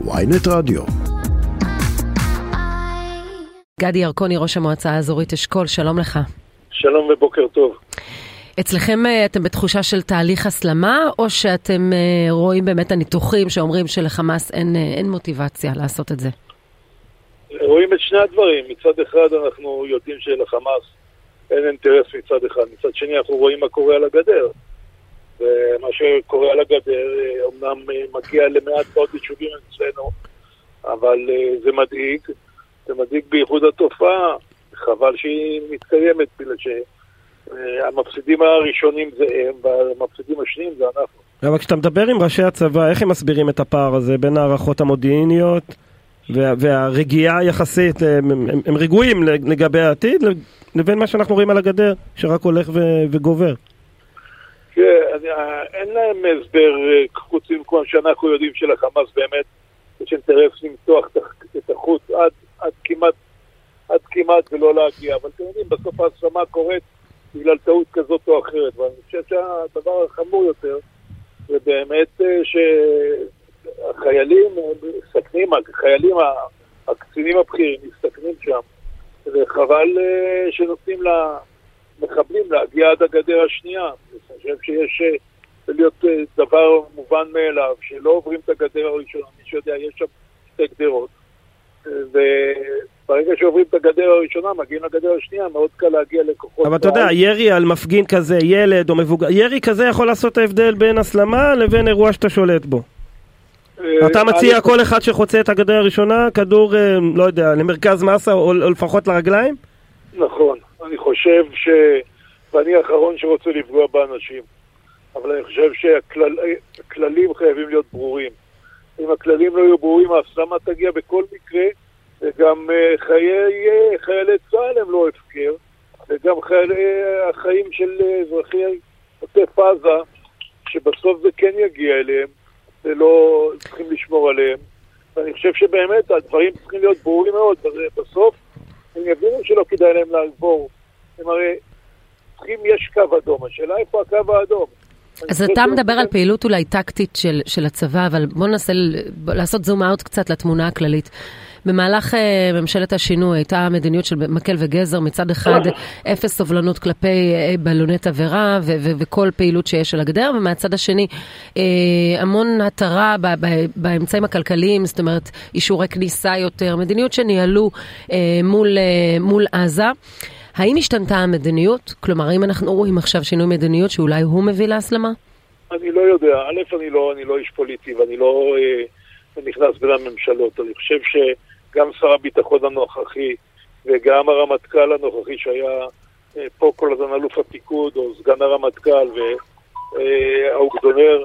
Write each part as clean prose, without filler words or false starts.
ynet רדיו. גדי ירקוני, ראש המועצה האזורית אשכול, שלום לך. שלום ובוקר טוב. אצלכם אתם בתחושה של תהליך הסלמה, או שאתם רואים באמת הניתוחים שאומרים שלחמאס אין מוטיבציה לעשות את זה? רואים את שני הדברים. מצד אחד אנחנו יודעים שלחמאס אין אינטרס מצד אחד. מצד שני אנחנו רואים מה קורה על הגדר. ומה שקורה על הגדר אומנם מגיע למעט מאוד יישובים אצלנו, אבל זה מדאיג. זה מדאיג בייחוד התופעה. חבל שהיא מתקיימת, בגלל שהמפסידים הראשונים זה הם, והמפסידים השניים זה אנחנו. אבל כשאתה מדבר עם ראשי הצבא, איך הם מסבירים את הפער הזה בין הערכות המודיעיניות והרגיעה יחסית, הם רגועים לגבי העתיד, לבין מה שאנחנו רואים על הגדר, שרק הולך וגובר? אין להם הסבר חוצים כמו שאנחנו יודעים שלחמאס באמת יש אינטרס למתוח את החוץ עד כמעט ולא להגיע, אבל אתם יודעים, בסוף ההסלמה קורית בגלל טעות כזאת או אחרת, ואני חושב שהדבר החמור יותר זה באמת שהחיילים מסתכנים, החיילים הקצינים הבכירים מסתכנים שם, וחבל שנותנים למחבלים להגיע עד הגדר השנייה. אני חושב שיש להיות דבר מובן מאליו, שלא עוברים את הגדר הראשונה, מי שיודע, יש שם שתי גדרות, ברגע שעוברים את הגדר הראשונה, מגיעים לגדר השנייה, מאוד קל להגיע לכוחות. אבל אתה יודע, ירי על מפגין כזה, ילד או מבוגר, ירי כזה יכול לעשות ההבדל בין הסלמה לבין אירוע שאתה שולט בו. אתה מציע כל אחד שחוצה את הגדר הראשונה, כדור, לא יודע, למרכז מסה או לפחות לרגליים? נכון, אני חושב ואני האחרון שרוצה לפגוע באנשים, אבל אני חושב שהכללים חייבים להיות ברורים. אם הכללים לא יהיו ברורים, ההסלמה תגיע בכל מקרה, וגם חיילי צה"ל הם לא הפקר, וגם החיים של אזרחי עוטף עזה, שבסוף זה כן יגיע אליהם, ולא צריכים לשמור עליהם. ואני חושב שבאמת הדברים צריכים להיות ברורים מאוד, בסוף הם יבינו שלא כדאי להם לעבור. הם הרי יש קו אדום, השאלה איפה הקו האדום? אז אתה מדבר על פעילות אולי טקטית של הצבא, אבל בוא ננסה לעשות זום אאוט קצת לתמונה הכללית. במהלך ממשלת השינוי הייתה מדיניות של מקל וגזר, מצד אחד אפס סובלנות כלפי בלוני תבערה וכל פעילות שיש על הגדר, ומהצד השני המון התרה באמצעים הכלכליים, זאת אומרת אישורי כניסה יותר, מדיניות שניהלו מול עזה. האם השתנתה המדיניות? כלומר, האם אנחנו רואים עכשיו שינוי מדיניות שאולי הוא מביא להסלמה? אני לא יודע. אני לא איש פוליטי ואני לא נכנס בין הממשלות. אני חושב שגם שר הביטחון הנוכחי וגם הרמטכ"ל הנוכחי שהיה פה כל הזמן אלוף הפיקוד או סגן הרמטכ"ל והאוגדונר,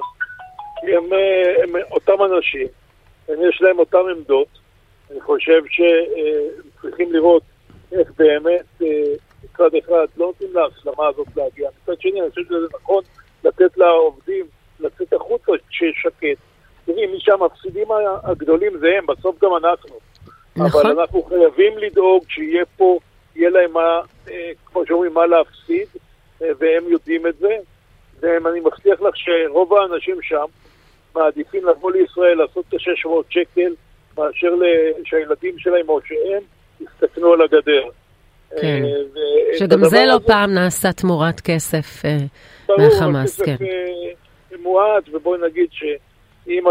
הם אותם אנשים, יש להם אותם עמדות. אני חושב שצריכים לראות איך באמת מצד אחד לא נותנים להסלמה הזאת להגיע. מצד שני, אני חושב שזה נכון לתת לעובדים, לצאת החוצה ששקט. תראי, מי שהמפסידים הגדולים זה הם, בסוף גם אנחנו. נכון. אבל אנחנו חייבים לדאוג שיהיה פה, יהיה להם מה, כמו שאומרים, מה להפסיד, והם יודעים את זה. ואני מבטיח לך שרוב האנשים שם מעדיפים לבוא לישראל, לעשות את 600 שקל, מאשר שהילדים שלהם או שהם יסתכנו על הגדר. כן. שגם זה לא פעם נעשה תמורת כסף מהחמאס, כן. מועט, ובואי נגיד שאמא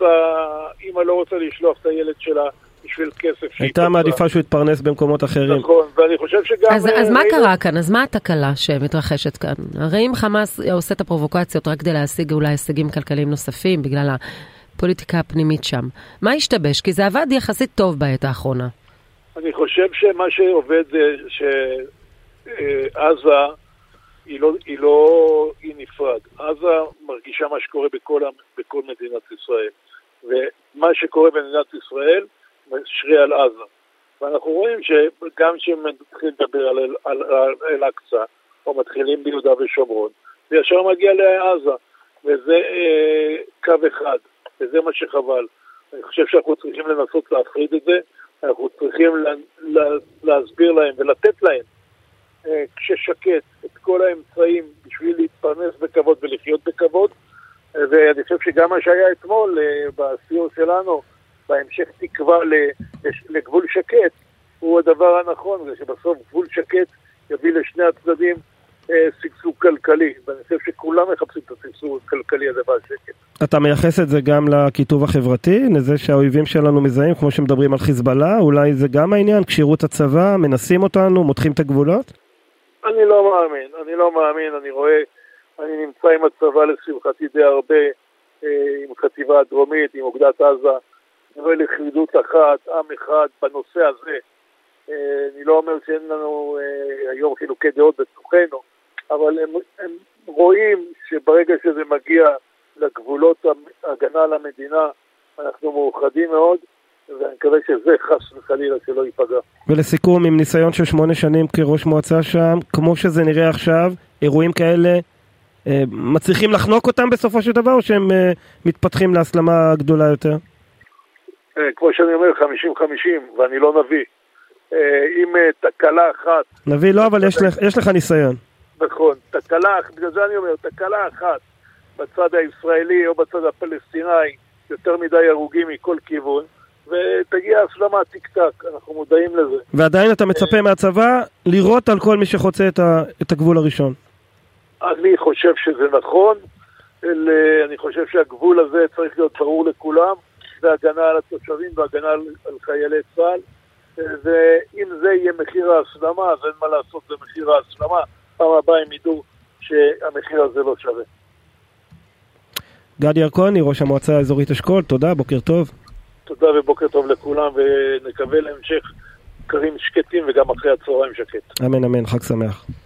לא רוצה לשלוח את הילד שלה בשביל כסף. הייתה מעדיפה שהוא יתפרנס במקומות אחרים. נכון, ואני חושב שגם... אז מה קרה כאן? אז מה התקלה שמתרחשת כאן? הרי אם חמאס עושה את הפרובוקציות רק כדי להשיג אולי הישגים כלכליים נוספים, בגלל הפוליטיקה הפנימית שם, מה השתבש? כי זה עבד יחסית טוב בעת האחרונה. אני חושב שמה שעובד זה שעזה היא נפרד. עזה מרגישה מה שקורה בכל מדינת ישראל. ומה שקורה במדינת ישראל משרה על עזה. ואנחנו רואים שגם שמתחילים לדבר על אל-אקצא, או מתחילים ביהודה ושומרון, זה ישר מגיע לעזה. וזה קו אחד. וזה מה שחבל. אני חושב שאנחנו צריכים לנסות להפריד את זה. אנחנו צריכים להסביר להם ולתת להם כששקט את כל האמצעים בשביל להתפרנס בכבוד ולחיות בכבוד. ואני חושב שגם מה שהיה אתמול בסיור שלנו בהמשך תקווה לגבול שקט, הוא הדבר הנכון, זה שבסוף גבול שקט יביא לשני הצדדים סגסוג כלכלי, ואני חושב שכולם מחפשים את הסגסוג הכלכלי הזה והשקט. אתה מייחס את זה גם לכיתוב החברתי, לזה שהאויבים שלנו מזהים, כמו שמדברים על חיזבאללה, אולי זה גם העניין, קשירות הצבא, מנסים אותנו, מותחים את הגבולות? אני לא מאמין, אני רואה, אני נמצא עם הצבא לשמחתי די הרבה, עם חטיבה הדרומית, עם אוגדת עזה, אני רואה לכידות אחת, עם אחד בנושא הזה. אני לא אומר שאין לנו היום חילוקי דעות בתוכנו, אבל הם רואים שברגע שזה מגיע לגבולות ההגנה על המדינה, אנחנו מאוחדים מאוד, ואני מקווה שזה חס וחלילה שלא ייפגע. ולסיכום, עם ניסיון של 8 שנים כראש מועצה שם, כמו שזה נראה עכשיו, אירועים כאלה מצליחים לחנוק אותם בסופו של דבר, או שהם מתפתחים להסלמה גדולה יותר? כמו שאני אומר, 50-50, ואני לא נביא. עם תקלה אחת. נביא לא, אבל יש לך ניסיון. נכון, תקלה, בגלל זה אני אומר, תקלה אחת בצד הישראלי או בצד הפלסטיני, יותר מדי הרוגים מכל כיוון, ותגיע הסלמה טיק-טק, אנחנו מודעים לזה. ועדיין אתה מצפה מהצבא לירות על כל מי שחוצה את הגבול הראשון. אני חושב שזה נכון, אני חושב שהגבול הזה צריך להיות ברור לכולם, והגנה על התושבים והגנה על חיילי צה"ל, ואם זה יהיה מחיר ההסלמה, אז אין מה לעשות, זה מחיר ההסלמה, פעם הבאה הם ידעו שהמחיר הזה לא שווה. גדי ירקוני, ראש המועצה האזורית אשכול, תודה, בוקר טוב. תודה ובוקר טוב לכולם, ונקווה להמשך קרים שקטים וגם אחרי הצהריים שקט. אמן, אמן, חג שמח.